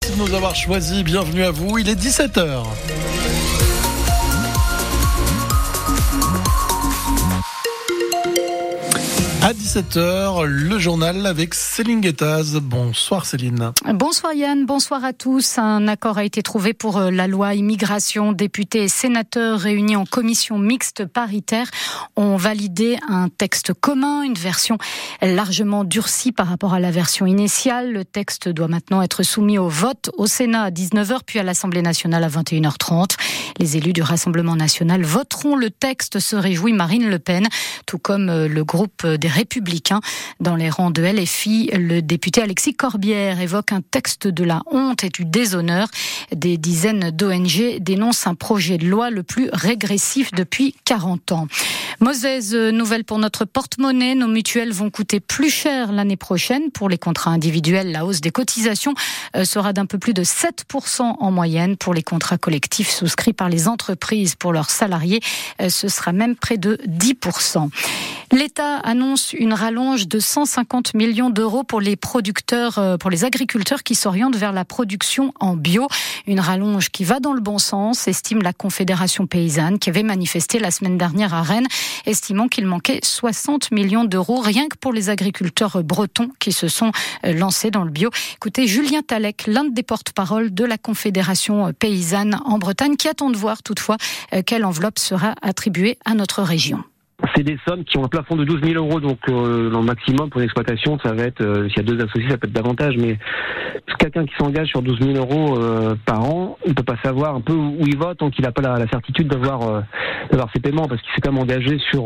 Merci de nous avoir choisis. Bienvenue à vous. Il est 17h. À 17h, le journal avec Céline Guettaz. Bonsoir Céline. Bonsoir Yann, bonsoir à tous. Un accord a été trouvé pour la loi immigration. Députés et sénateurs réunis en commission mixte paritaire ont validé un texte commun, une version largement durcie par rapport à la version initiale. Le texte doit maintenant être soumis au vote au Sénat à 19h puis à l'Assemblée nationale à 21h30. Les élus du Rassemblement national voteront le texte, se réjouit Marine Le Pen, tout comme le groupe des Républicains. Dans les rangs de LFI, le député Alexis Corbière évoque un texte de la honte et du déshonneur. Des dizaines d'ONG dénoncent un projet de loi le plus régressif depuis 40 ans. Mauvaise nouvelle pour notre porte-monnaie. Nos mutuelles vont coûter plus cher l'année prochaine. Pour les contrats individuels, la hausse des cotisations sera d'un peu plus de 7% en moyenne. Pour les contrats collectifs souscrits par les entreprises pour leurs salariés, ce sera même près de 10%. L'État annonce une rallonge de 150 millions d'euros pour les producteurs, pour les agriculteurs qui s'orientent vers la production en bio. Une rallonge qui va dans le bon sens, estime la Confédération paysanne qui avait manifesté la semaine dernière à Rennes, estimant qu'il manquait 60 millions d'euros rien que pour les agriculteurs bretons qui se sont lancés dans le bio. Écoutez, Julien Talec, l'un des porte-parole de la Confédération paysanne en Bretagne, qui attend de voir toutefois quelle enveloppe sera attribuée à notre région. C'est des sommes qui ont un plafond de 12 000 euros, donc le maximum pour une exploitation, ça va être, s'il y a 2 associés, ça peut être davantage, mais quelqu'un qui s'engage sur 12 000 euros par an, il ne peut pas savoir un peu où il va tant qu'il n'a pas la certitude d'avoir ses paiements, parce qu'il s'est quand même engagé sur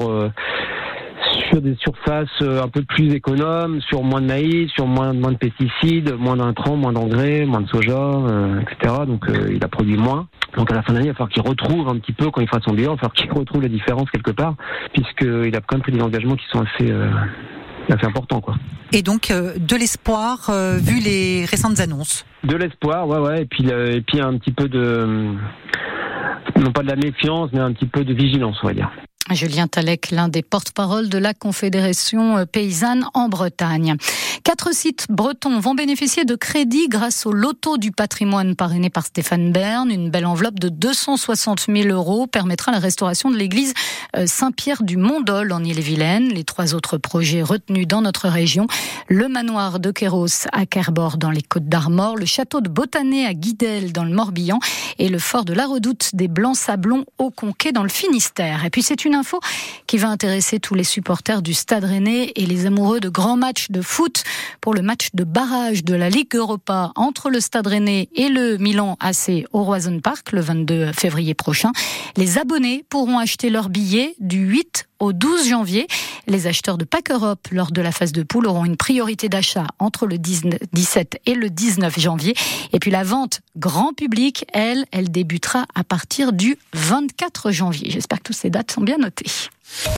des surfaces un peu plus économes, sur moins de maïs, sur moins de pesticides, moins d'intrants, moins d'engrais, moins de soja, etc. Donc il a produit moins. Donc à la fin de l'année, il va falloir qu'il retrouve un petit peu, quand il fera son bilan, il va falloir qu'il retrouve la différence quelque part, puisqu'il a quand même pris des engagements qui sont assez importants, quoi. Et donc de l'espoir, vu les récentes annonces. De l'espoir, ouais, et puis un petit peu de, non pas de la méfiance, mais un petit peu de vigilance, on va dire. Julien Talec, l'un des porte-parole de la Confédération paysanne en Bretagne. 4 sites bretons vont bénéficier de crédits grâce au loto du patrimoine parrainé par Stéphane Bern. Une belle enveloppe de 260 000 euros permettra la restauration de l'église Saint-Pierre du Mont-Dol en Ille-et-Vilaine. Les 3 autres projets retenus dans notre région, le manoir de Kéros à Kerbord dans les Côtes-d'Armor, le château de Botanay à Guidel dans le Morbihan et le fort de la Redoute des Blancs-Sablons au Conquet dans le Finistère. Et puis c'est une info qui va intéresser tous les supporters du Stade Rennais et les amoureux de grands matchs de foot. Pour le match de barrage de la Ligue Europa entre le Stade Rennais et le Milan AC au Roison Park le 22 février prochain, les abonnés pourront acheter leurs billets du 8 au 12 janvier. Les acheteurs de Pack Europe lors de la phase de poule auront une priorité d'achat entre le 17 et le 19 janvier. Et puis la vente grand public, elle débutera à partir du 24 janvier. J'espère que toutes ces dates sont bien notées.